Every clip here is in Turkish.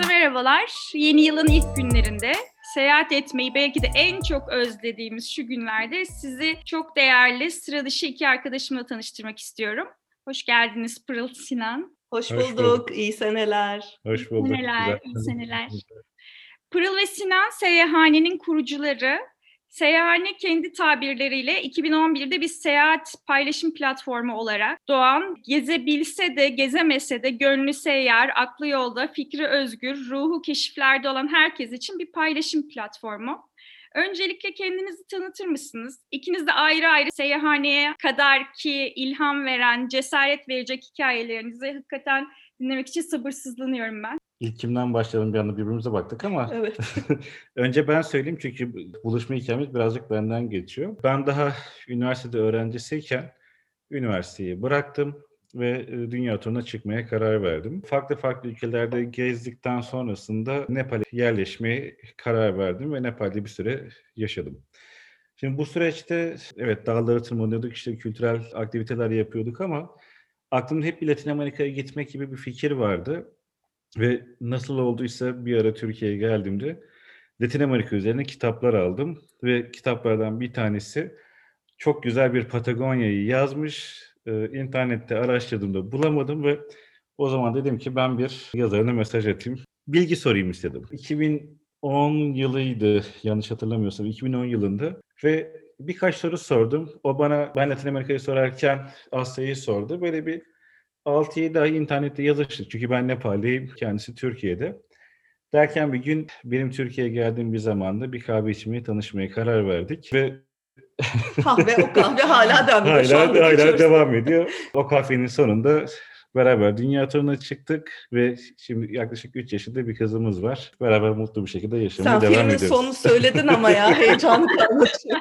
Herkese merhabalar. Yeni yılın ilk günlerinde seyahat etmeyi belki de en çok özlediğimiz şu günlerde sizi çok değerli sıra dışı iki arkadaşımla tanıştırmak istiyorum. Hoş geldiniz Pırıl, Sinan. Hoş Hoş bulduk. bulduk, iyi seneler. Hoş bulduk. Güzel. İyi seneler. Pırıl ve Sinan Seyahani'nin kurucuları. Seyahane kendi tabirleriyle 2011'de bir seyahat paylaşım platformu olarak doğan, gezebilse de gezemese de gönlü seyyar, aklı yolda, fikri özgür, ruhu keşiflerde olan herkes için bir paylaşım platformu. Öncelikle kendinizi tanıtır mısınız? İkiniz de ayrı ayrı Seyahani'ye kadar ki ilham veren, cesaret verecek hikayelerinizi hakikaten dinlemek için sabırsızlanıyorum ben. İlk kimden başlayalım bir anda birbirimize baktık ama Evet. önce ben söyleyeyim çünkü buluşma hikayemiz birazcık benden geçiyor. Ben daha üniversitede öğrencisiyken üniversiteyi bıraktım ve dünya turuna çıkmaya karar verdim. Farklı ülkelerde gezdikten sonrasında Nepal'e yerleşmeye karar verdim ve Nepal'de bir süre yaşadım. Şimdi bu süreçte evet dağları tırmanıyorduk, işte kültürel aktiviteler yapıyorduk ama aklımda hep bir Latin Amerika'ya gitmek gibi bir fikir vardı. Ve nasıl olduysa bir ara Türkiye'ye geldiğimde Latin Amerika üzerine kitaplar aldım ve kitaplardan bir tanesi çok güzel bir Patagonya'yı yazmış. İnternette araştırdığımda bulamadım ve o zaman dedim ki ben bir yazarına mesaj atayım. Bilgi sorayım istedim. 2010 yılıydı yanlış hatırlamıyorsam 2010 yılında ve birkaç soru sordum. O bana ben Latin Amerika'yı sorarken Asya'yı sordu. Böyle bir 6-7 ay internette yazıştık. Çünkü ben Nepal'deyim, kendisi Türkiye'de. Derken bir gün benim Türkiye'ye geldiğim bir zamanda bir kahve içmeye, tanışmaya karar verdik ve O kahve hala devam ediyor. Şu anda hala içiyoruz. devam ediyor. O kahvenin sonunda beraber dünya turuna çıktık ve şimdi yaklaşık 3 yaşında bir kızımız var. Beraber mutlu bir şekilde yaşamaya Sen devam filmin ediyoruz. sonunu söyledin ama ya heyecanlı anlatıyor.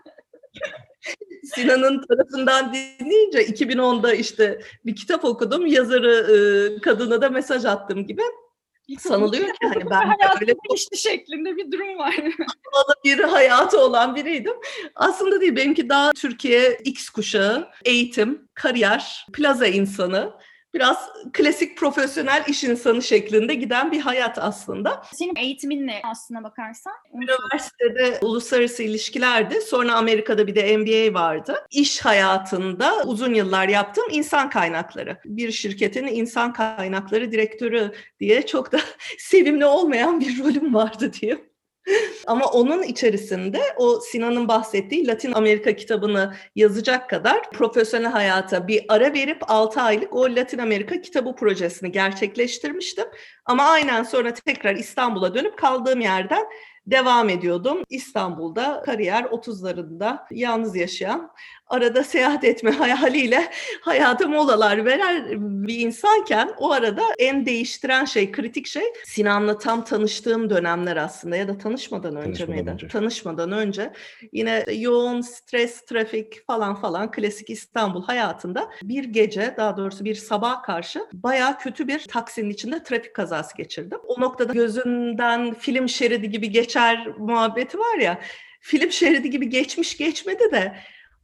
Sinan'ın tarafından dinleyince 2010'da işte bir kitap okudum. Yazarı kadına da mesaj attım gibi. Sanılıyor ki hani ben de öyle geçti şeklinde bir durum var. pahalı bir hayatı olan biriydim. Aslında değil, benimki daha Türkiye X kuşağı, eğitim, kariyer, plaza insanı, biraz klasik profesyonel iş insanı şeklinde giden bir hayat aslında. Senin eğitimin ne aslına bakarsan? Üniversitede uluslararası ilişkilerdi. Sonra Amerika'da bir de MBA vardı. İş hayatında uzun yıllar yaptığım insan kaynakları. Bir şirketin insan kaynakları direktörü diye çok da sevimli olmayan bir rolüm vardı diyeyim. Ama onun içerisinde o Sinan'ın bahsettiği Latin Amerika kitabını yazacak kadar profesyonel hayata bir ara verip 6 aylık o Latin Amerika kitabı projesini gerçekleştirmiştim. Ama aynen sonra tekrar İstanbul'a dönüp kaldığım yerden devam ediyordum. İstanbul'da kariyer 30'larında yalnız yaşayan, arada seyahat etme hayaliyle hayata molalar veren bir insanken o arada en değiştiren şey, kritik şey Sinan'la tam tanıştığım dönemler aslında ya da tanışmadan önce miydi? Tanışmadan önce yine yoğun stres, trafik falan klasik İstanbul hayatında bir gece, daha doğrusu bir sabaha karşı bayağı kötü bir taksinin içinde trafik kazası geçirdim. O noktada gözünden film şeridi gibi geçer muhabbeti var ya, film şeridi gibi geçmiş geçmedi de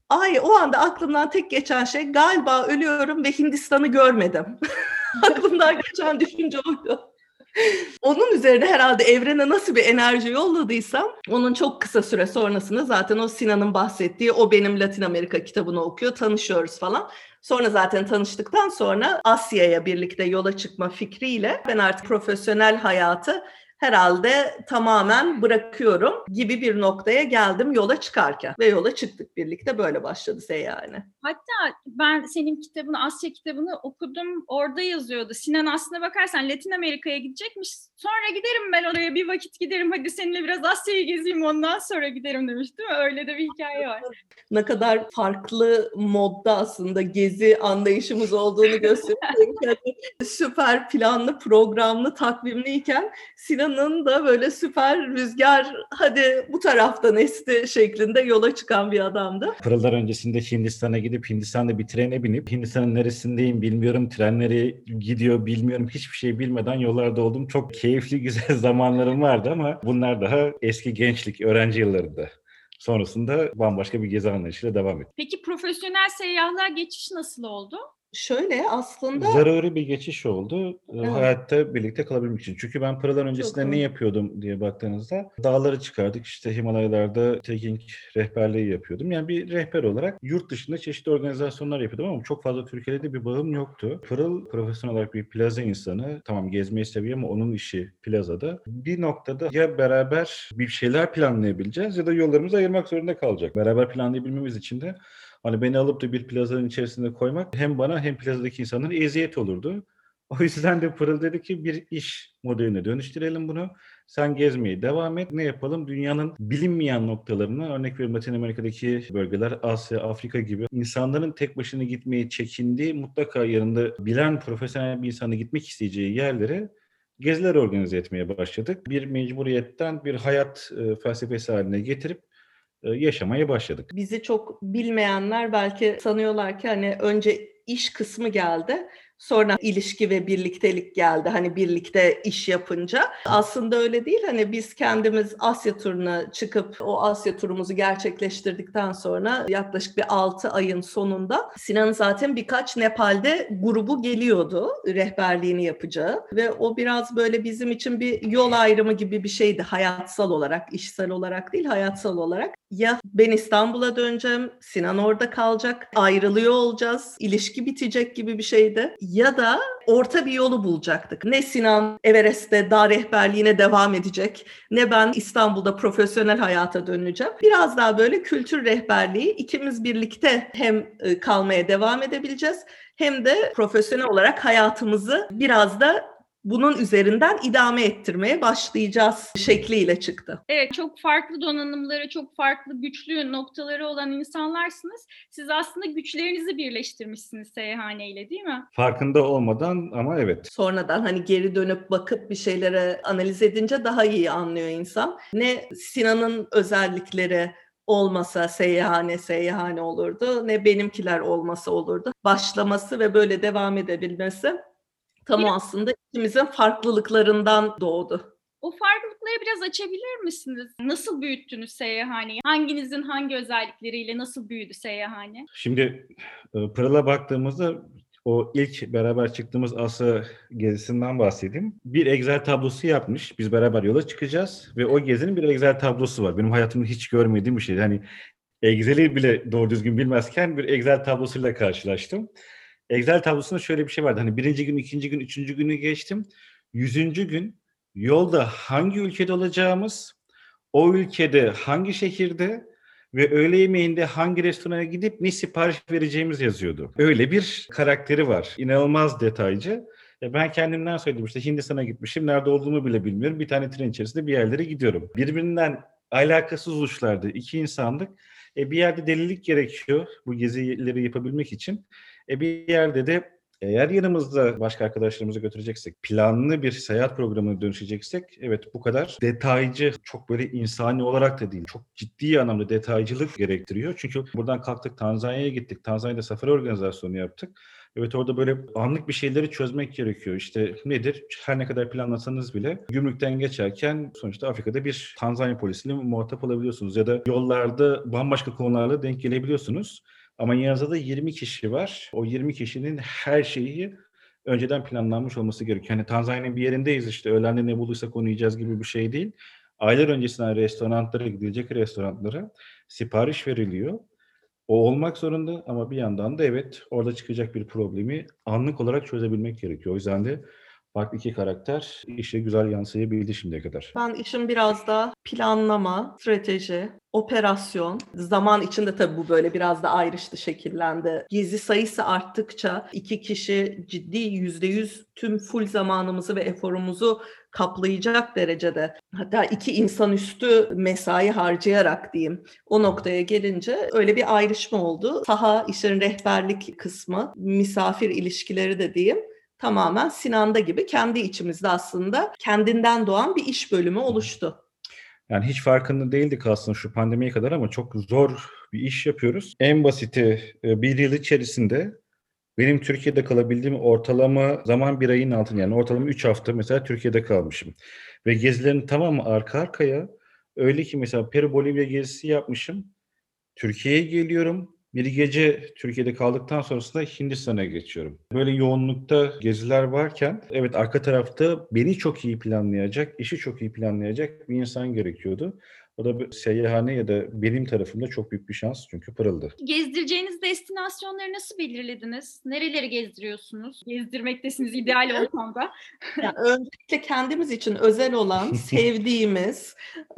o anda aklımdan tek geçen şey galiba ölüyorum ve Hindistan'ı görmedim. Aklımdan geçen düşünce oydu. Onun üzerine herhalde evrene nasıl bir enerji yolladıysam onun çok kısa süre sonrasında zaten o Sinan'ın bahsettiği o benim Latin Amerika kitabını okuyor, tanışıyoruz falan. Sonra zaten tanıştıktan sonra Asya'ya birlikte yola çıkma fikriyle ben artık profesyonel hayatı herhalde tamamen bırakıyorum gibi bir noktaya geldim yola çıkarken. Ve yola çıktık birlikte, böyle başladı Seyahane. Hatta ben senin kitabını, Asya kitabını okudum. Orada yazıyordu. Sinan aslına bakarsan Latin Amerika'ya gidecekmiş. Sonra giderim ben oraya, bir vakit giderim. Hadi seninle biraz Asya'yı gezeyim, ondan sonra giderim demiş, değil mi? Öyle de bir hikaye var. Ne kadar farklı modda aslında gezi anlayışımız olduğunu gösteriyor. Süper planlı, programlı, takvimliyken Sinan'ın da böyle süper rüzgar, hadi bu taraftan esti şeklinde yola çıkan bir adamdı. Pırıl'dan öncesinde Hindistan'a gidip Hindistan'da bir trene binip Hindistan'ın neresindeyim bilmiyorum, tren nereye gidiyor bilmiyorum, hiçbir şey bilmeden yollarda oldum. Çok keyifli, güzel zamanlarım vardı ama bunlar daha eski gençlik, öğrenci yıllarında. Sonrasında bambaşka bir gezi anlayışıyla devam ettim. Peki profesyonel seyyahlığa geçiş nasıl oldu? Şöyle aslında Zaruri bir geçiş oldu evet, hayatta birlikte kalabilmek için. Çünkü ben Pırıl'dan çok öncesinde ne doğru. yapıyordum diye baktığınızda dağları çıkardık. İşte Himalayalarda trekking rehberliği yapıyordum. Yani bir rehber olarak yurt dışında çeşitli organizasyonlar yapıyordum ama çok fazla Türkiye'de de bir bağım yoktu. Pırıl profesyonel olarak bir plaza insanı. Tamam gezmeyi seviyor ama onun işi plazada. Bir noktada ya beraber bir şeyler planlayabileceğiz ya da yollarımızı ayırmak zorunda kalacak. Beraber planlayabilmemiz için de hani beni alıp da bir plazanın içerisinde koymak hem bana hem plazadaki insanlara eziyet olurdu. O yüzden de Pırıl dedi ki bir iş modeline dönüştürelim bunu. Sen gezmeye devam et. Ne yapalım? Dünyanın bilinmeyen noktalarına, örnek veriyorum Latin Amerika'daki bölgeler, Asya, Afrika gibi insanların tek başına gitmeye çekindiği, mutlaka yanında bilen profesyonel bir insanla gitmek isteyeceği yerlere geziler organize etmeye başladık. Bir mecburiyetten bir hayat felsefesi haline getirip yaşamaya başladık. Bizi çok bilmeyenler belki sanıyorlar ki hani önce iş kısmı geldi, sonra ilişki ve birliktelik geldi. Hani birlikte iş yapınca. Aslında öyle değil. Hani biz kendimiz Asya turuna çıkıp o Asya turumuzu gerçekleştirdikten sonra yaklaşık bir 6 ayın sonunda Sinan'ın zaten birkaç Nepal'de grubu geliyordu rehberliğini yapacağı ve o biraz böyle bizim için bir yol ayrımı gibi bir şeydi hayatsal olarak, işsel olarak değil hayatsal olarak. Ya ben İstanbul'a döneceğim, Sinan orada kalacak, ayrılıyor olacağız, ilişki bitecek gibi bir şeydi. Ya da orta bir yolu bulacaktık. Ne Sinan Everest'te dağ rehberliğine devam edecek, ne ben İstanbul'da profesyonel hayata döneceğim. Biraz daha böyle kültür rehberliği, ikimiz birlikte hem kalmaya devam edebileceğiz, hem de profesyonel olarak hayatımızı biraz da bunun üzerinden idame ettirmeye başlayacağız şekliyle çıktı. Evet, çok farklı donanımları, çok farklı güçlü noktaları olan insanlarsınız. Siz aslında güçlerinizi birleştirmişsiniz Seyhane ile, değil mi? Farkında olmadan ama evet. Sonradan hani geri dönüp bakıp bir şeylere analiz edince daha iyi anlıyor insan. Ne Sinan'ın özellikleri olmasa Seyhane olurdu, ne benimkiler olmasa olurdu. Başlaması ve böyle devam edebilmesi tam o aslında ikimizin farklılıklarından doğdu. O farklılıkları biraz açabilir misiniz? Nasıl büyüttünüz Seyhane'yi? Hanginizin hangi özellikleriyle nasıl büyüdü Seyhane? Şimdi Pırıl'a baktığımızda o ilk beraber çıktığımız Asya gezisinden bahsedeyim. Bir Excel tablosu yapmış. Biz beraber yola çıkacağız ve o gezinin bir Excel tablosu var. Benim hayatımda hiç görmediğim bir şey. Hani Excel'i bile doğru düzgün bilmezken bir Excel tablosuyla karşılaştım. Excel tablosunda şöyle bir şey vardı. Hani birinci gün, ikinci gün, üçüncü günü geçtim. 100. gün yolda hangi ülkede olacağımız, o ülkede hangi şehirde ve öğle yemeğinde hangi restorana gidip ne sipariş vereceğimiz yazıyordu. Öyle bir karakteri var. İnanılmaz detaycı. Ben kendimden söyledim işte Hindistan'a gitmişim. Nerede olduğumu bile bilmiyorum. Bir tane tren içerisinde bir yerlere gidiyorum. Birbirinden alakasız uçlardı. İki insandık. Bir yerde delilik gerekiyor bu gezileri yapabilmek için. Bir yerde de eğer yanımızda başka arkadaşlarımızı götüreceksek, planlı bir seyahat programına dönüşeceksek, evet bu kadar detaycı, çok böyle insani olarak da değil, çok ciddi anlamda detaycılık gerektiriyor. Çünkü buradan kalktık Tanzanya'ya gittik, Tanzanya'da safari organizasyonu yaptık. Evet orada böyle anlık bir şeyleri çözmek gerekiyor. İşte nedir? Her ne kadar planlasanız bile gümrükten geçerken sonuçta Afrika'da bir Tanzanya polisiyle muhatap olabiliyorsunuz. Ya da yollarda bambaşka konularla denk gelebiliyorsunuz. Ama yanınızda da 20 kişi var. O 20 kişinin her şeyi önceden planlanmış olması gerekiyor. Hani Tanzanya'nın bir yerindeyiz işte öğlende ne bulduysak onu yiyeceğiz gibi bir şey değil. Aylar öncesinden restoranlara gidilecek restoranlara sipariş veriliyor. O olmak zorunda ama bir yandan da evet orada çıkacak bir problemi anlık olarak çözebilmek gerekiyor. O yüzden de farklı iki karakter işe güzel yansıyabildi şimdiye kadar. Ben işin biraz da planlama, strateji, operasyon, zaman içinde tabii bu böyle biraz da ayrıştı, şekillendi. Gezi sayısı arttıkça iki kişi ciddi %100 tüm full zamanımızı ve eforumuzu kaplayacak derecede, hatta iki insanüstü mesai harcayarak diyeyim, o noktaya gelince öyle bir ayrışma oldu. Saha, işin rehberlik kısmı, misafir ilişkileri de diyeyim, tamamen Sinan'da gibi kendi içimizde aslında kendinden doğan bir iş bölümü oluştu. Yani hiç farkında değildik aslında şu pandemiye kadar ama çok zor bir iş yapıyoruz. En basiti bir yıl içerisinde benim Türkiye'de kalabildiğim ortalama zaman bir ayın altında yani ortalama 3 hafta mesela Türkiye'de kalmışım. Ve gezilerin tamamı arka arkaya öyle ki mesela Peru Bolivya gezisi yapmışım. Türkiye'ye geliyorum. Bir gece Türkiye'de kaldıktan sonrasında Hindistan'a geçiyorum. Böyle yoğunlukta geziler varken evet arka tarafta beni çok iyi planlayacak, işi çok iyi planlayacak bir insan gerekiyordu. O da bir seyyahane ya da benim tarafımda çok büyük bir şans çünkü Pırıl'dı. Gezdireceğiniz destinasyonları nasıl belirlediniz? Nereleri gezdiriyorsunuz? Gezdirmektesiniz ideal ortamda. Yani öncelikle kendimiz için özel olan, sevdiğimiz,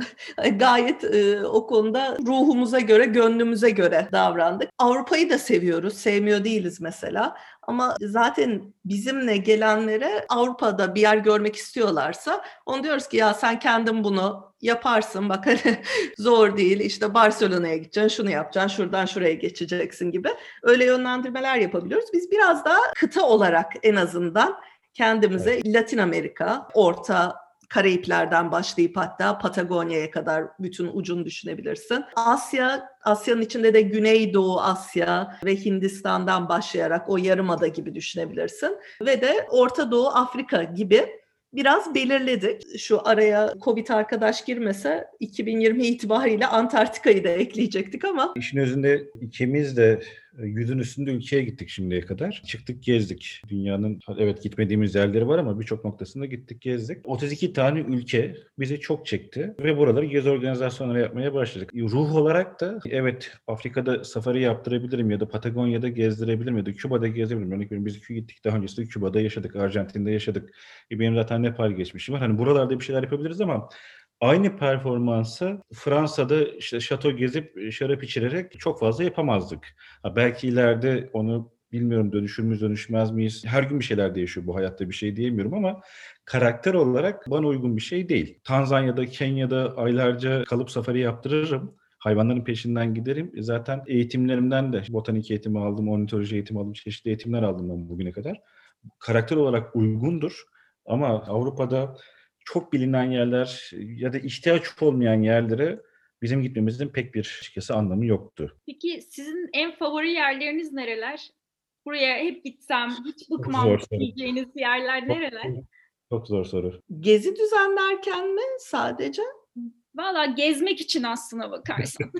gayet o konuda ruhumuza göre, gönlümüze göre davrandık. Avrupa'yı da seviyoruz, sevmiyor değiliz mesela. Ama zaten bizimle gelenlere Avrupa'da bir yer görmek istiyorlarsa onu diyoruz ki ya sen kendin bunu yaparsın bak hani zor değil işte Barcelona'ya gideceksin şunu yapacaksın şuradan şuraya geçeceksin gibi öyle yönlendirmeler yapabiliyoruz. Biz biraz daha kıta olarak en azından kendimize Latin Amerika, Orta Karayipler'den başlayıp hatta Patagonya'ya kadar bütün ucunu düşünebilirsin. Asya'nın içinde de Güneydoğu Asya ve Hindistan'dan başlayarak o yarımada gibi düşünebilirsin. Ve de Orta Doğu Afrika gibi biraz belirledik. Şu araya Covid arkadaş girmese 2020 itibariyle Antarktika'yı da ekleyecektik ama. İşin özünde ikimiz de yüzün üstünde ülkeye gittik şimdiye kadar. Çıktık gezdik. Dünyanın evet gitmediğimiz yerleri var ama birçok noktasında gittik gezdik. 32 tane ülke bizi çok çekti ve buraları gezi organizasyonları yapmaya başladık. Ruh olarak da evet Afrika'da safari yaptırabilirim ya da Patagonya'da gezdirebilirim ya da Küba'da gezebilirim. Örnek veriyorum biz gittik daha öncesinde Küba'da yaşadık, Arjantin'de yaşadık. Benim zaten Nepal geçmişim var. Hani buralarda bir şeyler yapabiliriz ama aynı performansı Fransa'da işte şato gezip şarap içirerek çok fazla yapamazdık. Belki ileride onu bilmiyorum dönüşür müyüz dönüşmez miyiz? Her gün bir şeyler değişiyor bu hayatta bir şey diyemiyorum ama karakter olarak bana uygun bir şey değil. Tanzanya'da, Kenya'da aylarca kalıp safari yaptırırım. Hayvanların peşinden giderim. Zaten eğitimlerimden de botanik eğitimi aldım, ornitoloji eğitimi aldım, çeşitli eğitimler aldım ben bugüne kadar. Karakter olarak uygundur ama Avrupa'da çok bilinen yerler ya da ihtiyaç olmayan yerlere bizim gitmemizin pek bir açıkçası anlamı yoktu. Peki sizin en favori yerleriniz nereler? Buraya hep gitsem, hiç Çok bıkmam zor soru. diyeceğiniz yerler nereler? Çok zor soru. Gezi düzenlerken mi sadece? Valla gezmek için aslına bakarsan.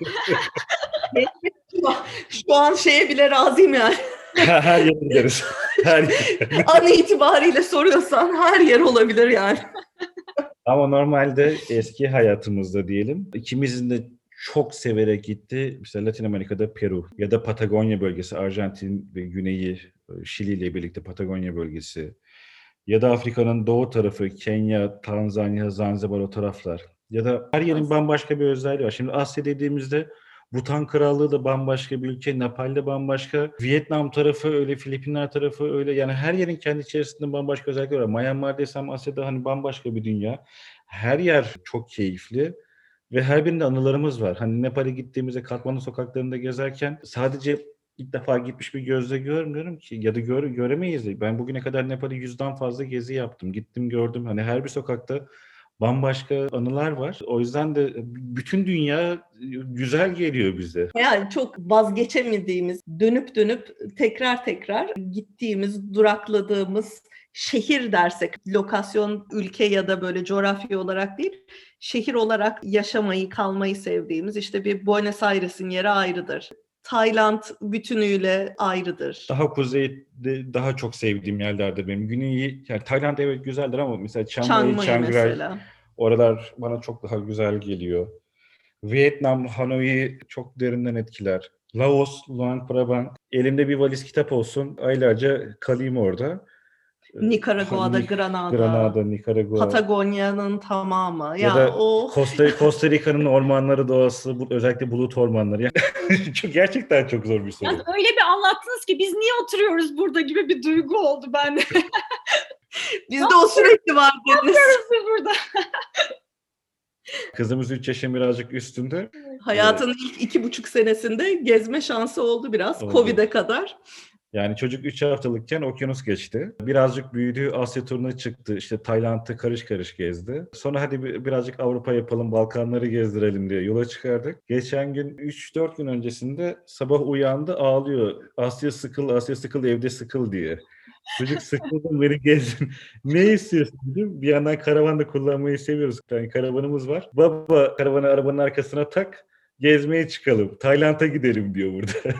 Şu an şeye bile razıyım yani. Her yere gideriz. Her yer. An itibariyle soruyorsan her yer olabilir yani. Ama normalde eski hayatımızda diyelim ikimizin de çok severek gitti. Mesela Latin Amerika'da Peru ya da Patagonya bölgesi, Arjantin ve güneyi, Şili ile birlikte Patagonya bölgesi ya da Afrika'nın doğu tarafı, Kenya, Tanzanya, Zanzibar o taraflar. Ya da her yerin bambaşka bir özelliği var. Şimdi Asya dediğimizde Bhutan Krallığı da bambaşka bir ülke, Nepal'de bambaşka, Vietnam tarafı öyle, Filipinler tarafı öyle. Yani her yerin kendi içerisinde bambaşka özellikleri var. Myanmar desem Asya'da hani bambaşka bir dünya. Her yer çok keyifli ve her birinde anılarımız var. Hani Nepal'e gittiğimizde Katmandu sokaklarında gezerken sadece ilk defa gitmiş bir gözle görmüyorum ki ya da göremeyiz de. Ben bugüne kadar Nepal'e 100'den fazla gezi yaptım. Gittim gördüm. Hani her bir sokakta bambaşka anılar var. O yüzden de bütün dünya güzel geliyor bize. Yani çok vazgeçemediğimiz, dönüp dönüp tekrar gittiğimiz, durakladığımız şehir dersek, lokasyon, ülke ya da böyle coğrafya olarak değil, şehir olarak yaşamayı, kalmayı sevdiğimiz işte bir Buenos Aires'in yeri ayrıdır. Tayland bütünüyle ayrıdır. Daha kuzeyde daha çok sevdiğim yerlerdir benim. Güneyi, yani Tayland evet güzeldir ama mesela Chiang Mai, Chiang Rai, mesela. oralar bana çok daha güzel geliyor. Vietnam, Hanoi çok derinden etkiler. Laos, Luang Prabang. Elimde bir valiz kitap olsun. Aylarca kalayım orada. Nikaragua'da, Granada, Granada, Nikaragua. Patagonya'nın tamamı. Ya da Costa Rica'nın ormanları, doğası, özellikle bulut ormanları. Yani gerçekten çok zor bir soru. Yani öyle bir anlattınız ki biz niye oturuyoruz burada gibi bir duygu oldu bende. Bizde o sürekli var dediniz. Biz burada. Kızımız 3 yaşın birazcık üstünde. Hayatının ilk 2,5 senesinde gezme şansı oldu biraz. Oldu. Covid'e kadar. Yani çocuk 3 haftalıkken okyanus geçti. Birazcık büyüdü, Asya turuna çıktı. İşte Tayland'ı karış karış gezdi. Sonra hadi birazcık Avrupa yapalım, Balkanları gezdirelim diye yola çıkardık. Geçen gün 3-4 gün öncesinde sabah uyandı ağlıyor. Asya sıkıl, evde sıkıl diye. Çocuk sıkıldım beni gezin. Ne istiyorsun dedim. Bir yandan karavanda kullanmayı seviyoruz. Yani karavanımız var. Baba karavanı arabanın arkasına tak. Gezmeye çıkalım. Tayland'a gidelim diyor burada.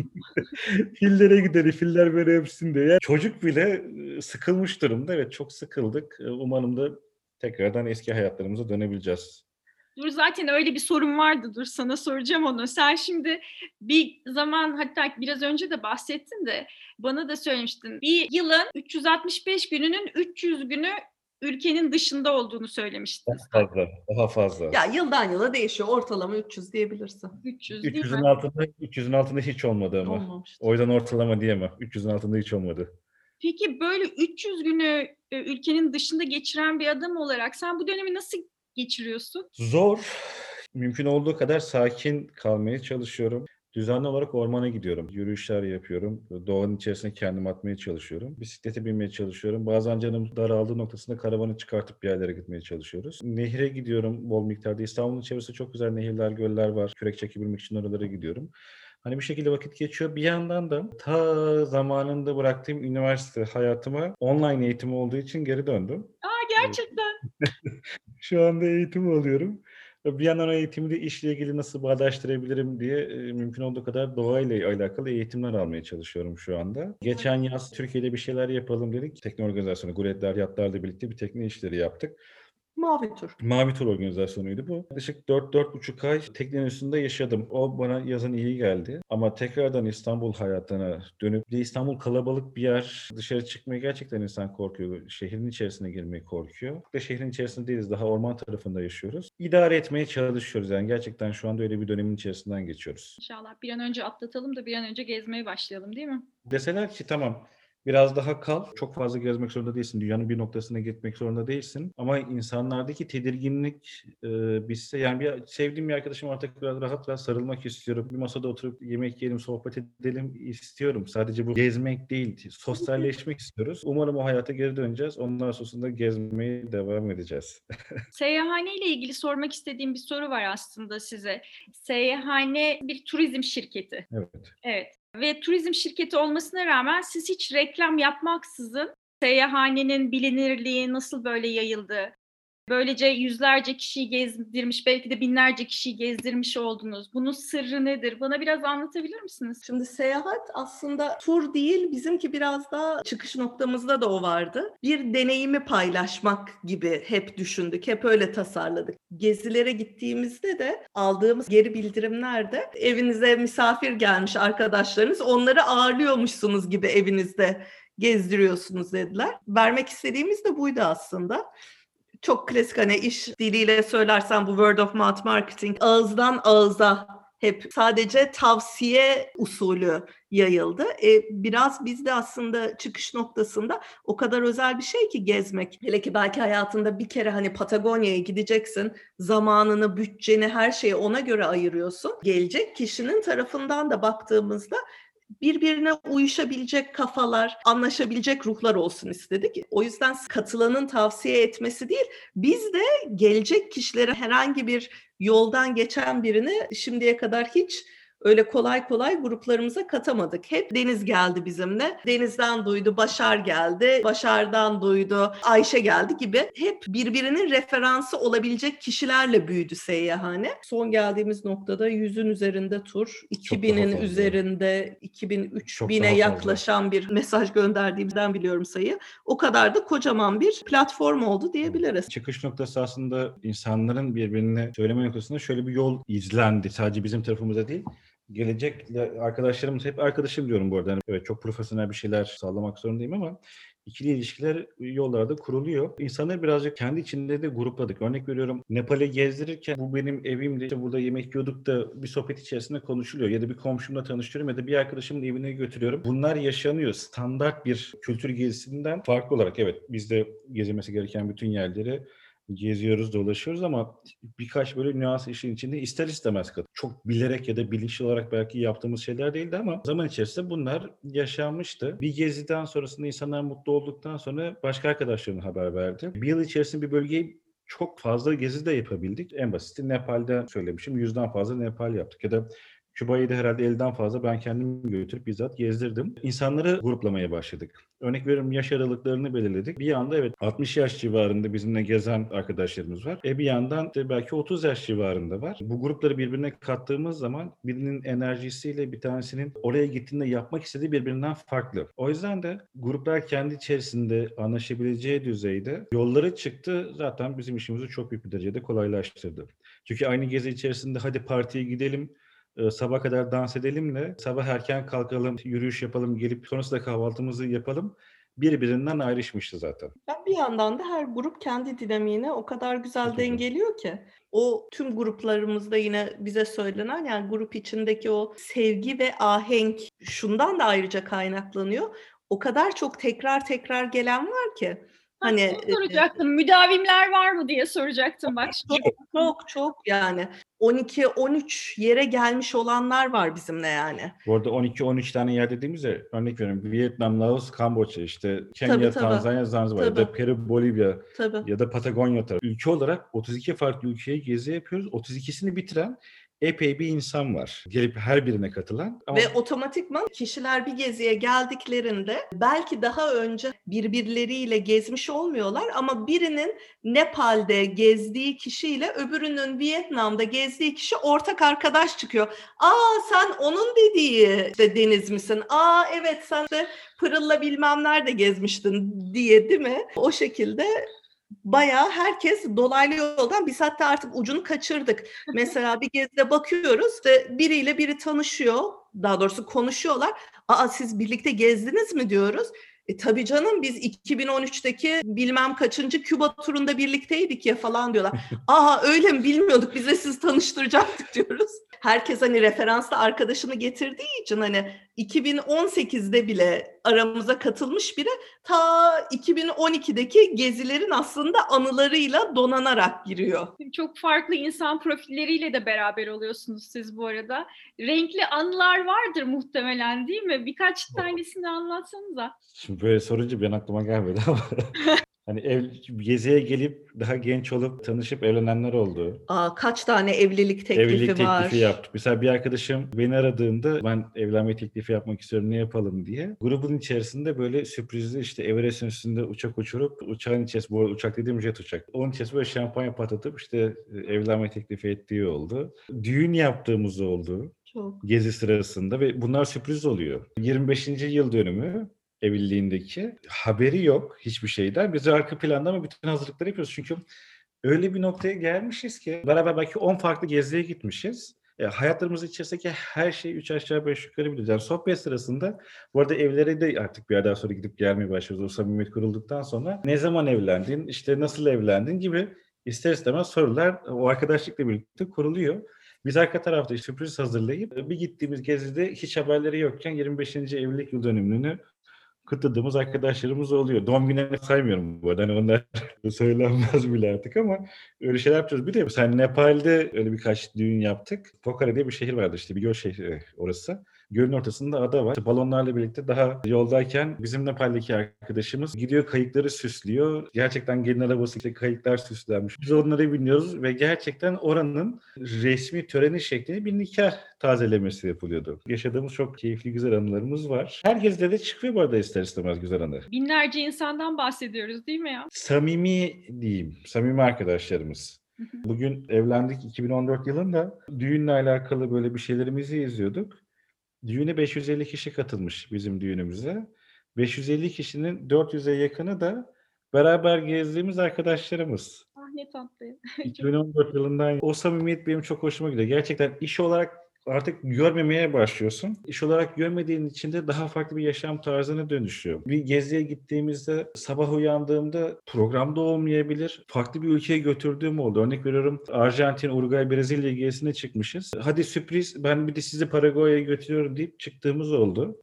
Fillere gidelim. Filler böyle öpsün diyor. Yani çocuk bile sıkılmış durumda. Evet, çok sıkıldık. Umarım da tekrardan eski hayatlarımıza dönebileceğiz. Dur, zaten öyle bir sorun vardı. Dur, sana soracağım onu. Sen şimdi bir zaman, hatta biraz önce de bahsettin de bana da söylemiştin. Bir yılın 365 gününün 300 günü ülkenin dışında olduğunu söylemiştin Daha sen. fazla. Daha fazla. Ya yıldan yıla değişiyor. Ortalama 300 diyebilirsin. 300 değil 300'ün mi? altında 300'ün altında hiç olmadı ama. Olmamıştı. O yüzden ortalama diyemem. 300'ün altında hiç olmadı. Peki böyle 300 günü ülkenin dışında geçiren bir adam olarak sen bu dönemi nasıl geçiriyorsun? Zor. Mümkün olduğu kadar sakin kalmaya çalışıyorum. Düzenli olarak ormana gidiyorum. Yürüyüşler yapıyorum. Doğanın içerisine kendimi atmaya çalışıyorum. Bisiklete binmeye çalışıyorum. Bazen canım daraldığı noktasında karavanı çıkartıp bir yerlere gitmeye çalışıyoruz. Nehre gidiyorum bol miktarda. İstanbul'un çevresinde çok güzel nehirler, göller var. Kürek çekebilmek için oralara gidiyorum. Hani bir şekilde vakit geçiyor. Bir yandan da ta zamanında bıraktığım üniversite hayatıma online eğitim olduğu için geri döndüm. Aa, gerçekten. Şu anda eğitim alıyorum. Bir yandan o eğitimi de işle ilgili nasıl bağdaştırabilirim diye mümkün olduğu kadar doğayla alakalı eğitimler almaya çalışıyorum şu anda. Geçen yaz Türkiye'de bir şeyler yapalım dedik. Tekne organizasyonu, Guletler, Yatlar'la birlikte bir tekne işleri yaptık. Mavi tur. Mavi Tur organizasyonuydu bu. Yaklaşık 4-4,5 ay teknenin üstünde yaşadım. O bana yazın iyi geldi. Ama tekrardan İstanbul hayatına dönüp bir de İstanbul kalabalık bir yer. Dışarı çıkmaya gerçekten insan korkuyor. Şehrin içerisine girmeye korkuyor. Ve şehrin içerisinde değiliz. Daha orman tarafında yaşıyoruz. İdare etmeye çalışıyoruz. Yani gerçekten şu anda öyle bir dönemin içerisinden geçiyoruz. İnşallah bir an önce atlatalım da bir an önce gezmeye başlayalım, değil mi? Deseler ki tamam biraz daha kal. Çok fazla gezmek zorunda değilsin. Dünyanın bir noktasına gitmek zorunda değilsin. Ama insanlardaki tedirginlik bizse yani sevdiğim bir arkadaşım artık biraz rahat rahat sarılmak istiyorum. Bir masada oturup yemek yiyelim, sohbet edelim istiyorum. Sadece bu gezmek değil, sosyalleşmek istiyoruz. Umarım o hayata geri döneceğiz. Ondan sonrasında gezmeye devam edeceğiz. Seyahane ile ilgili sormak istediğim bir soru var aslında size. Seyahane bir turizm şirketi. Evet. Evet. Ve turizm şirketi olmasına rağmen siz hiç reklam yapmaksızın Seyahani'nin bilinirliği nasıl böyle yayıldı? Böylece yüzlerce kişiyi gezdirmiş, belki de binlerce kişiyi gezdirmiş oldunuz. Bunun sırrı nedir? Bana biraz anlatabilir misiniz? Şimdi seyahat aslında tur değil, bizimki biraz daha çıkış noktamızda da o vardı. Bir deneyimi paylaşmak gibi hep düşündük, hep öyle tasarladık. Gezilere gittiğimizde de aldığımız geri bildirimlerde evinize misafir gelmiş arkadaşlarınız, onları ağırlıyormuşsunuz gibi evinizde gezdiriyorsunuz dediler. Vermek istediğimiz de buydu aslında. Çok klasik, hani iş diliyle söylersen bu word of mouth marketing, ağızdan ağıza hep sadece tavsiye usulü yayıldı. Biraz bizde aslında çıkış noktasında o kadar özel bir şey ki gezmek. Hele ki belki hayatında bir kere hani Patagonya'ya gideceksin, zamanını, bütçeni, her şeyi ona göre ayırıyorsun. Gelecek kişinin tarafından da baktığımızda birbirine uyuşabilecek kafalar, anlaşabilecek ruhlar olsun istedik. O yüzden katılanın tavsiye etmesi değil, biz de gelecek kişilere herhangi bir yoldan geçen birini şimdiye kadar hiç öyle kolay kolay gruplarımıza katamadık. Hep Deniz geldi bizimle. Deniz'den duydu, Başar geldi. Başar'dan duydu, Ayşe geldi gibi. Hep birbirinin referansı olabilecek kişilerle büyüdü Seyyahane. Son geldiğimiz noktada 100'ün üzerinde tur, 2000'in üzerinde, 2000-3000'e yaklaşan bir mesaj gönderdiğimizden biliyorum sayı. O kadar da kocaman bir platform oldu diyebiliriz. Çıkış noktası aslında insanların birbirine söyleme noktasında şöyle bir yol izlendi. Sadece bizim tarafımıza değil. Gelecek arkadaşlarımız, hep arkadaşım diyorum bu arada. Yani evet, çok profesyonel bir şeyler sağlamak zorundayım ama ikili ilişkiler yollarda kuruluyor. İnsanları birazcık kendi içinde de grupladık. Örnek veriyorum, Nepal'e gezdirirken bu benim evimdi, İşte burada yemek yiyorduk da bir sohbet içerisinde konuşuluyor. Ya da bir komşumla tanıştırıyorum ya da bir arkadaşımın evine götürüyorum. Bunlar yaşanıyor. Standart bir kültür gezisinden farklı olarak. Evet, biz de gezilmesi gereken bütün yerleri geziyoruz, dolaşıyoruz ama birkaç böyle nüans işin içinde ister istemez kalır. Çok bilerek ya da bilinçli olarak belki yaptığımız şeyler değildi ama zaman içerisinde bunlar yaşanmıştı. Bir geziden sonrasında insanlar mutlu olduktan sonra başka arkadaşlarına haber verdi. Bir yıl içerisinde bir bölgeyi çok fazla gezi de yapabildik. En basiti Nepal'de söylemişim. 100'den fazla Nepal yaptık. Ya da Küba'yı da herhalde elden fazla ben kendim götürüp bizzat gezdirdim. İnsanları gruplamaya başladık. Örnek veriyorum, yaş aralıklarını belirledik. Bir yanda evet 60 yaş civarında bizimle gezen arkadaşlarımız var. Bir yandan de belki 30 yaş civarında var. Bu grupları birbirine kattığımız zaman birinin enerjisiyle bir tanesinin oraya gittiğinde yapmak istediği birbirinden farklı. O yüzden de gruplar kendi içerisinde anlaşabileceği düzeyde yolları çıktı. Zaten bizim işimizi çok büyük bir derecede kolaylaştırdı. Çünkü aynı gezi içerisinde hadi partiye gidelim, sabah kadar dans edelimle sabah erken kalkalım, yürüyüş yapalım, gelip sonrasında kahvaltımızı yapalım birbirinden ayrışmıştı zaten. Ben bir yandan da her grup kendi dinamiğini o kadar güzel Çok güzel. dengeliyor ki. O tüm gruplarımızda yine bize söylenen, yani grup içindeki o sevgi ve ahenk şundan da ayrıca kaynaklanıyor. O kadar çok tekrar gelen var ki. Hani Onu soracaktım. Müdavimler var mı diye soracaktım bak. çok yani 12-13 yere gelmiş olanlar var bizimle yani. Bu arada 12-13 tane yer dediğimizde örnek veriyorum. Vietnam, Laos, Kamboçya, işte Kenya, Tabii. Tanzanya, Zanzibar ya da Tabii. Peru, Bolivya Tabii. ya da Patagonya tarafı. Ülke olarak 32 farklı ülkeye gezi yapıyoruz. 32'sini bitiren epey bir insan var. Gelip her birine katılan. Ama Ve otomatikman kişiler bir geziye geldiklerinde belki daha önce birbirleriyle gezmiş olmuyorlar ama birinin Nepal'de gezdiği kişiyle öbürünün Vietnam'da gezdiği kişi ortak arkadaş çıkıyor. Aa, sen onun dediği işte Deniz misin? Aa evet, sen de Pırıl'la bilmem nerede gezmiştin diye, değil mi? O şekilde bayağı herkes dolaylı yoldan, biz hatta artık ucunu kaçırdık. Mesela bir gezide bakıyoruz ve biriyle biri tanışıyor, daha doğrusu konuşuyorlar. Aa, siz birlikte gezdiniz mi diyoruz. Tabii canım, biz 2013'teki bilmem kaçıncı Küba turunda birlikteydik ya falan diyorlar. Aa, öyle mi, bilmiyorduk, biz de sizi tanıştıracaktık diyoruz. Herkes hani referansla arkadaşını getirdiği için hani 2018'de bile aramıza katılmış biri ta 2012'deki gezilerin aslında anılarıyla donanarak giriyor. Çok farklı insan profilleriyle de beraber oluyorsunuz siz bu arada. Renkli anılar vardır muhtemelen, değil mi? Birkaç tanesini anlatsanıza. şimdi böyle sorunca ben aklıma gelmedi ama hani geziye gelip daha genç olup tanışıp evlenenler oldu. Aa, kaç tane evlilik teklifi Evlilik var. teklifi yaptık. Mesela bir arkadaşım beni aradığında ben evlenme teklifi yapmak istiyorum, ne yapalım diye. Grubun içerisinde böyle sürprizli işte Everest'in üstünde uçak uçurup uçağın içerisinde, bu uçak dediğim jet uçak. Onun içerisinde böyle şampanya patlatıp işte evlenme teklifi ettiği oldu. Düğün yaptığımız oldu Çok. gezi sırasında ve bunlar sürpriz oluyor. 25. yıl dönümü evliliğindeki, haberi yok hiçbir şeyden. Biz arka planda ama bütün hazırlıkları yapıyoruz. Çünkü öyle bir noktaya gelmişiz ki beraber belki 10 farklı geziye gitmişiz. Hayatlarımız içerisindeki her şeyi 3 aşağı 5 yukarı biliyoruz. Yani sohbet sırasında, bu arada evlere de artık bir yerden sonra gidip gelmeye başlıyoruz. O samimiyet kurulduktan sonra ne zaman evlendin, işte nasıl evlendin gibi ister istemez sorular o arkadaşlıkla birlikte kuruluyor. Biz arka tarafta sürpriz hazırlayıp bir gittiğimiz gezide hiç haberleri yokken 25. evlilik yıl dönümünü kutladığımız arkadaşlarımız oluyor. Doğum günlerini saymıyorum bu arada. Hani onlar söylenmez bile artık ama öyle şeyler yapıyoruz. Bir de mesela Nepal'de öyle birkaç düğün yaptık. Pokhara diye bir şehir vardı, işte bir göl şehri orası. Gölün ortasında ada var. İşte balonlarla birlikte daha yoldayken bizim Nepal'deki arkadaşımız gidiyor, kayıkları süslüyor. Gerçekten gelin arabası ile kayıklar süslenmiş. Biz onlara biniyoruz ve gerçekten oranın resmi töreni şeklinde bir nikah tazelemesi yapılıyordu. Yaşadığımız çok keyifli, güzel anılarımız var. Herkeste de çıkıyor bu arada ister istemez güzel anı. Binlerce insandan bahsediyoruz, değil mi ya? Samimi diyeyim, samimi arkadaşlarımız. Bugün evlendik 2014 yılında. Düğünle alakalı böyle bir şeylerimizi izliyorduk. Düğüne 550 kişi katılmış bizim düğünümüze. 550 kişinin 400'e yakını da beraber gezdiğimiz arkadaşlarımız. Ah, ne tatlı. 2014 yılından o samimiyet benim çok hoşuma gidiyor. Gerçekten iş olarak artık görmemeye başlıyorsun. İş olarak görmediğin için de daha farklı bir yaşam tarzına dönüşüyor. Bir geziye gittiğimizde sabah uyandığımda programda olmayabilir. Farklı bir ülkeye götürdüğüm oldu. Örnek veriyorum, Arjantin, Uruguay, Brezilya gezisine çıkmışız. Hadi sürpriz, ben bir de sizi Paraguay'a götürüyorum deyip çıktığımız oldu.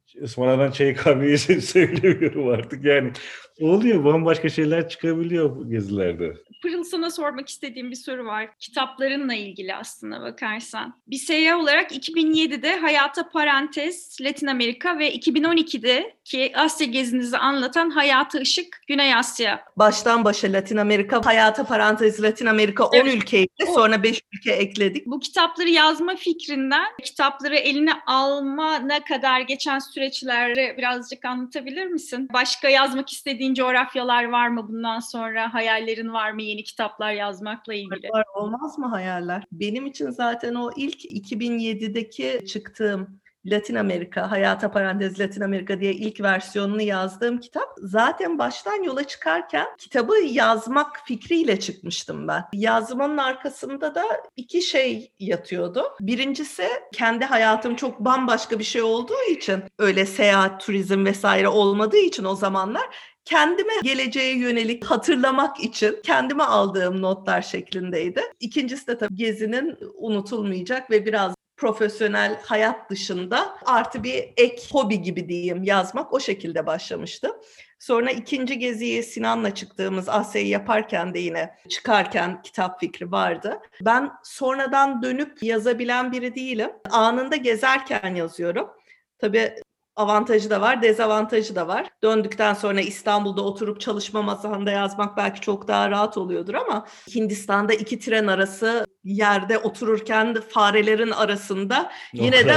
ısmarlanan çayı kahveyi söylemiyorum artık. Yani oluyor, bambaşka şeyler çıkabiliyor bu gezilerde. Pırıl, sana sormak istediğim bir soru var. Kitaplarınla ilgili aslına bakarsan. Bir seyyah olarak 2007'de Hayata Parantez Latin Amerika ve 2012'deki Asya gezinizi anlatan Hayata Işık Güney Asya. Baştan başa Latin Amerika, Hayata Parantez Latin Amerika 10 Evet. ülkeydi. Sonra 5 ülke ekledik. Bu kitapları yazma fikrinden kitapları eline almana kadar geçen süreçleri birazcık anlatabilir misin? Başka yazmak istediğin coğrafyalar var mı bundan sonra? Hayallerin var mı yeni kitaplar yazmakla ilgili? Var, olmaz mı hayaller? Benim için zaten o ilk 2007'deki çıktığım Latin Amerika, Hayata Parantez Latin Amerika diye ilk versiyonunu yazdığım kitap, zaten baştan yola çıkarken kitabı yazmak fikriyle çıkmıştım ben. Yazmanın arkasında da iki şey yatıyordu. Birincisi, kendi hayatım çok bambaşka bir şey olduğu için, öyle seyahat, turizm vesaire olmadığı için o zamanlar, kendime geleceğe yönelik hatırlamak için kendime aldığım notlar şeklindeydi. İkincisi de tabii gezinin unutulmayacak ve biraz profesyonel hayat dışında artı bir ek hobi gibi diyeyim, yazmak, o şekilde başlamıştı. Sonra ikinci geziyi Sinan'la çıktığımız Asya'yı yaparken de yine çıkarken kitap fikri vardı. Ben sonradan dönüp yazabilen biri değilim. Anında gezerken yazıyorum. Tabii avantajı da var, dezavantajı da var. Döndükten sonra İstanbul'da oturup çalışma masasında yazmak belki çok daha rahat oluyordur ama Hindistan'da 2 tren arası yerde otururken farelerin arasında yine de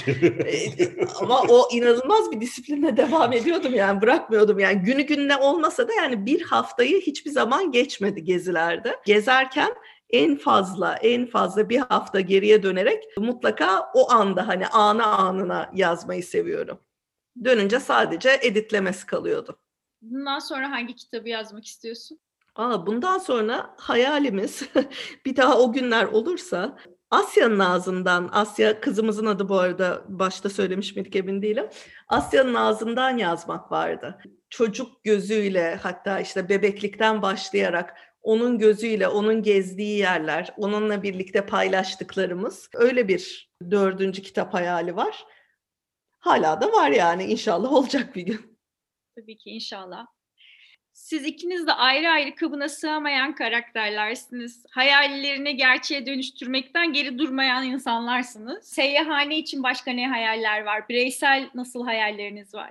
ama o inanılmaz bir disiplinle devam ediyordum, yani bırakmıyordum. Yani günü gününe olmasa da yani bir haftayı hiçbir zaman geçmedi gezilerde. Gezerken en fazla bir hafta geriye dönerek mutlaka o anda, hani anına yazmayı seviyorum. Dönünce sadece editlemesi kalıyordu. Bundan sonra hangi kitabı yazmak istiyorsun? Bundan sonra hayalimiz bir daha o günler olursa Asya'nın ağzından, Asya kızımızın adı bu arada, başta söylemiş miydik emin değilim. Asya'nın ağzından yazmak vardı. Çocuk gözüyle, hatta işte bebeklikten başlayarak onun gözüyle, onun gezdiği yerler, onunla birlikte paylaştıklarımız, öyle bir 4. kitap hayali var. Hala da var yani, inşallah olacak bir gün. Tabii ki, inşallah. Siz ikiniz de ayrı ayrı kabına sığamayan karakterlersiniz. Hayallerini gerçeğe dönüştürmekten geri durmayan insanlarsınız. Seyyahhane için başka ne hayaller var? Bireysel nasıl hayalleriniz var?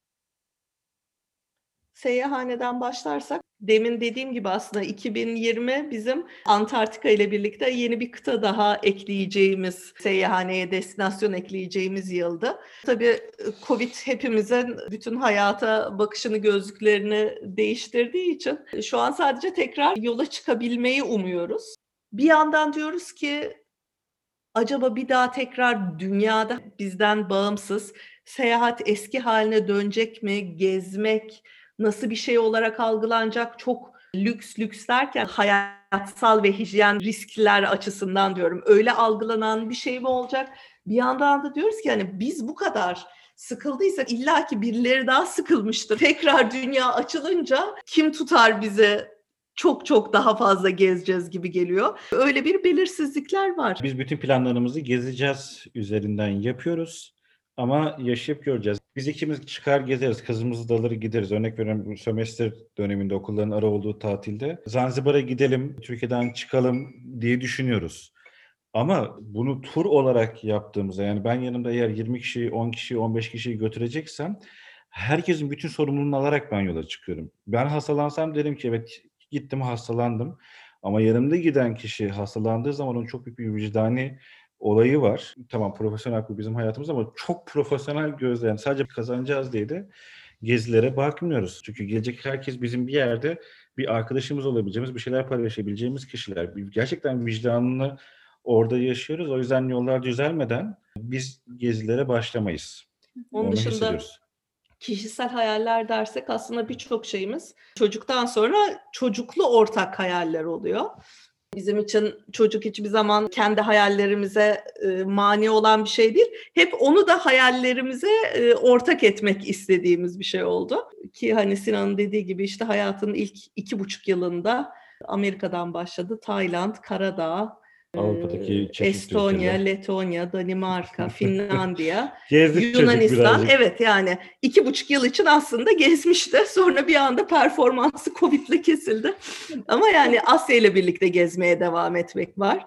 Seyyahhaneden başlarsak, demin dediğim gibi aslında 2020 bizim Antarktika ile birlikte yeni bir kıta daha ekleyeceğimiz, seyyahhaneye destinasyon ekleyeceğimiz yıldı. Tabii Covid hepimizin bütün hayata bakışını, gözlüklerini değiştirdiği için şu an sadece tekrar yola çıkabilmeyi umuyoruz. Bir yandan diyoruz ki acaba bir daha tekrar dünyada bizden bağımsız seyahat eski haline dönecek mi? Gezmek nasıl bir şey olarak algılanacak? Çok lüks derken hayatsal ve hijyen riskler açısından diyorum. Öyle algılanan bir şey mi olacak? Bir yandan da diyoruz ki hani biz bu kadar sıkıldıysak illaki birileri daha sıkılmıştır. Tekrar dünya açılınca kim tutar bizi? Çok daha fazla gezeceğiz gibi geliyor. Öyle bir belirsizlikler var. Biz bütün planlarımızı gezeceğiz üzerinden yapıyoruz. Ama yaşayıp göreceğiz. Biz ikimiz çıkar gezeriz, kızımızı da alır gideriz. Örnek veriyorum, sömestr döneminde okulların ara olduğu tatilde Zanzibar'a gidelim, Türkiye'den çıkalım diye düşünüyoruz. Ama bunu tur olarak yaptığımızda, yani ben yanımda eğer 20 kişiyi, 10 kişiyi, 15 kişiyi götüreceksem herkesin bütün sorumluluğunu alarak ben yola çıkıyorum. Ben hastalansam derim ki evet gittim hastalandım. Ama yanımda giden kişi hastalandığı zaman onun çok büyük bir vicdani olayı var. Tamam, profesyonel bu bizim hayatımız ama çok profesyonel gözle, yani sadece kazanacağız diye de gezilere bakmıyoruz. Çünkü gelecek herkes bizim bir yerde bir arkadaşımız olabileceğimiz, bir şeyler paylaşabileceğimiz kişiler. Gerçekten vicdanını orada yaşıyoruz. O yüzden yollar düzelmeden biz gezilere başlamayız. Onun Onu dışında hissediyoruz. kişisel hayaller dersek aslında birçok şeyimiz çocuktan sonra çocuklu ortak hayaller oluyor. Bizim için çocuk hiçbir zaman kendi hayallerimize mani olan bir şey değil. Hep onu da hayallerimize ortak etmek istediğimiz bir şey oldu. Ki hani Sinan'ın dediği gibi işte hayatının ilk 2,5 yılında Amerika'dan başladı. Tayland, Karadağ, Avrupa'daki çeşitli Estonya, ülkeler. Letonya, Danimarka, Finlandiya, Gezdik çocuk Yunanistan. birazcık. Evet, yani 2,5 yıl için aslında gezmişti. Sonra bir anda performansı Covid'le kesildi. Ama yani Asya ile birlikte gezmeye devam etmek var.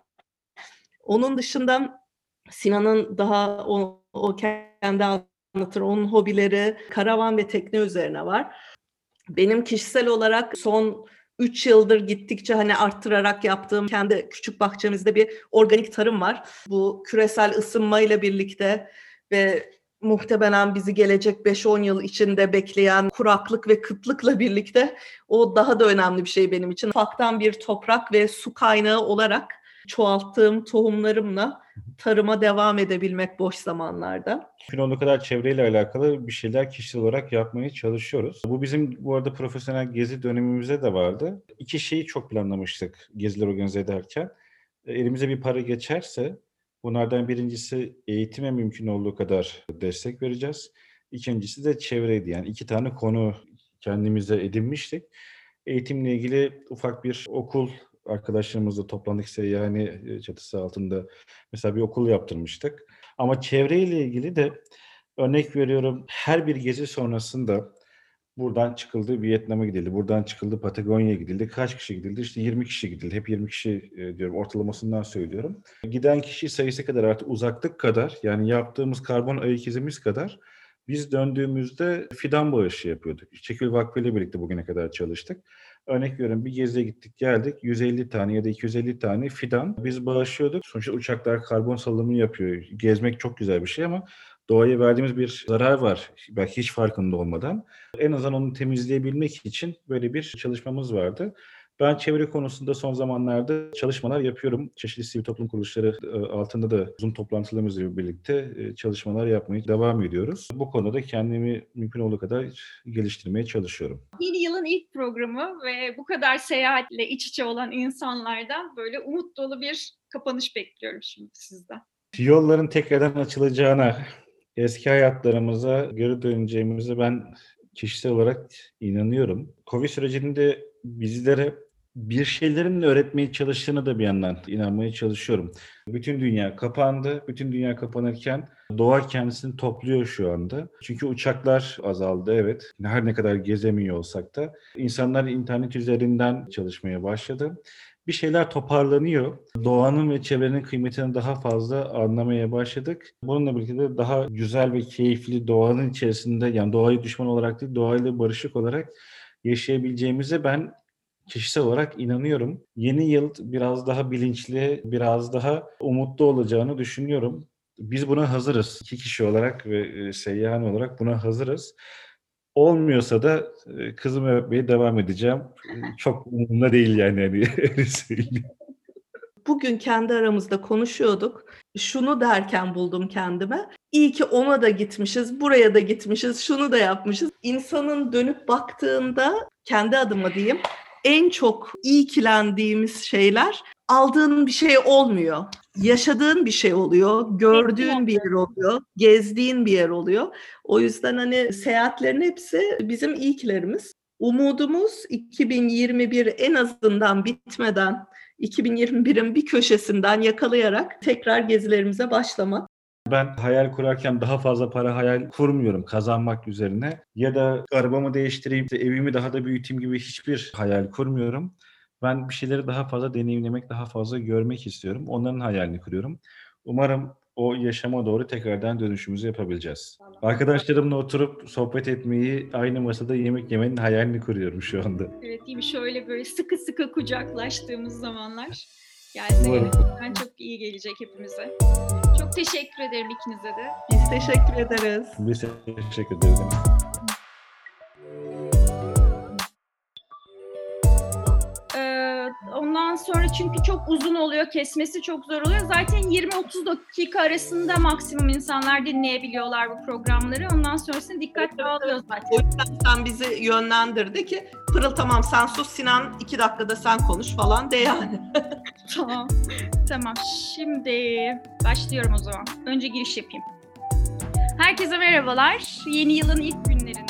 Onun dışında Sinan'ın daha o kendi anlatır, onun hobileri karavan ve tekne üzerine var. Benim kişisel olarak son 3 yıldır gittikçe hani arttırarak yaptığım kendi küçük bahçemizde bir organik tarım var. Bu küresel ısınmayla birlikte ve muhtemelen bizi gelecek 5-10 yıl içinde bekleyen kuraklık ve kıtlıkla birlikte o daha da önemli bir şey benim için. Ufaktan bir toprak ve su kaynağı olarak çoğalttığım tohumlarımla tarıma devam edebilmek boş zamanlarda. Mümkün olduğu kadar çevreyle alakalı bir şeyler kişisel olarak yapmaya çalışıyoruz. Bu bizim bu arada profesyonel gezi dönemimizde de vardı. 2 şeyi çok planlamıştık geziler organize ederken. Elimize bir para geçerse bunlardan birincisi eğitime mümkün olduğu kadar destek vereceğiz. İkincisi de çevreydi. Yani 2 tane konu kendimize edinmiştik. Eğitimle ilgili ufak bir okul arkadaşlarımızla toplandık Seyyahane çatısı altında mesela bir okul yaptırmıştık. Ama çevreyle ilgili de örnek veriyorum her bir gezi sonrasında buradan çıkıldı Vietnam'a gidildi, buradan çıkıldı Patagonya'ya gidildi. Kaç kişi gidildi? İşte 20 kişi gidildi. Hep 20 kişi diyorum ortalamasından söylüyorum. Giden kişi sayısı kadar artık uzaklık kadar yani yaptığımız karbon ayak izimiz kadar biz döndüğümüzde fidan bağışı yapıyorduk. Çekül Vakfı ile birlikte bugüne kadar çalıştık. Örnek veriyorum bir geziye gittik geldik 150 tane ya da 250 tane fidan biz bağışlıyorduk. Sonuçta uçaklar karbon salımı yapıyor. Gezmek çok güzel bir şey ama doğaya verdiğimiz bir zarar var. Belki hiç farkında olmadan. En azından onu temizleyebilmek için böyle bir çalışmamız vardı. Ben çevre konusunda son zamanlarda çalışmalar yapıyorum. Çeşitli sivil toplum kuruluşları altında da Zoom toplantılarımızla birlikte çalışmalar yapmaya devam ediyoruz. Bu konuda kendimi mümkün olduğu kadar geliştirmeye çalışıyorum. Yeni yılın ilk programı ve bu kadar seyahatle iç içe olan insanlardan böyle umut dolu bir kapanış bekliyorum şimdi sizden. Yolların tekrardan açılacağına, eski hayatlarımıza geri döneceğimize ben kişisel olarak inanıyorum. Covid sürecinde bizlere bir şeylerin öğretmeye çalıştığına da bir yandan inanmaya çalışıyorum. Bütün dünya kapandı. Bütün dünya kapanırken doğa kendisini topluyor şu anda. Çünkü uçaklar azaldı evet. Her ne kadar gezemiyor olsak da insanlar internet üzerinden çalışmaya başladı. Bir şeyler toparlanıyor. Doğanın ve çevrenin kıymetini daha fazla anlamaya başladık. Bununla birlikte de daha güzel ve keyifli doğanın içerisinde yani doğayı düşman olarak değil doğayla barışık olarak yaşayabileceğimize ben kişisel olarak inanıyorum. Yeni yıl biraz daha bilinçli, biraz daha umutlu olacağını düşünüyorum. Biz buna hazırız. 2 kişi olarak ve Seyyahane olarak buna hazırız. Olmuyorsa da kızımı öpmeye devam edeceğim. Çok umurumda değil yani öyle söyleyeyim. Bugün kendi aramızda konuşuyorduk. Şunu derken buldum kendime. İyi ki ona da gitmişiz, buraya da gitmişiz, şunu da yapmışız. İnsanın dönüp baktığında kendi adıma diyeyim en çok iyikilendiğimiz şeyler aldığın bir şey olmuyor. Yaşadığın bir şey oluyor, gördüğün bir yer oluyor, gezdiğin bir yer oluyor. O yüzden hani seyahatlerin hepsi bizim iyikilerimiz. Umudumuz 2021 en azından bitmeden 2021'in bir köşesinden yakalayarak tekrar gezilerimize başlamak. Ben hayal kurarken daha fazla para hayal kurmuyorum kazanmak üzerine. Ya da arabamı değiştireyim, evimi daha da büyüteyim gibi hiçbir hayal kurmuyorum. Ben bir şeyleri daha fazla deneyimlemek, daha fazla görmek istiyorum. Onların hayalini kuruyorum. Umarım o yaşama doğru tekrardan dönüşümüzü yapabileceğiz. Arkadaşlarımla oturup sohbet etmeyi, aynı masada yemek yemenin hayalini kuruyorum şu anda. Evet değil mi? Şöyle böyle sıkı sıkı kucaklaştığımız zamanlar gelse Umarım. gerçekten çok iyi gelecek hepimize. Çok teşekkür ederim ikinize de. Biz teşekkür ederiz. Biz teşekkür ederiz. Ondan sonra çünkü çok uzun oluyor, kesmesi çok zor oluyor. Zaten 20-30 dakika arasında maksimum insanlar dinleyebiliyorlar bu programları. Ondan sonrasında dikkat dağılıyor O zaten. yüzden sen bizi yönlendirdi ki Pırıl tamam sen sus Sinan 2 dakikada sen konuş falan de yani. Tamam. Tamam. Şimdi başlıyorum o zaman. Önce giriş yapayım. Herkese merhabalar. Yeni yılın ilk günlerinde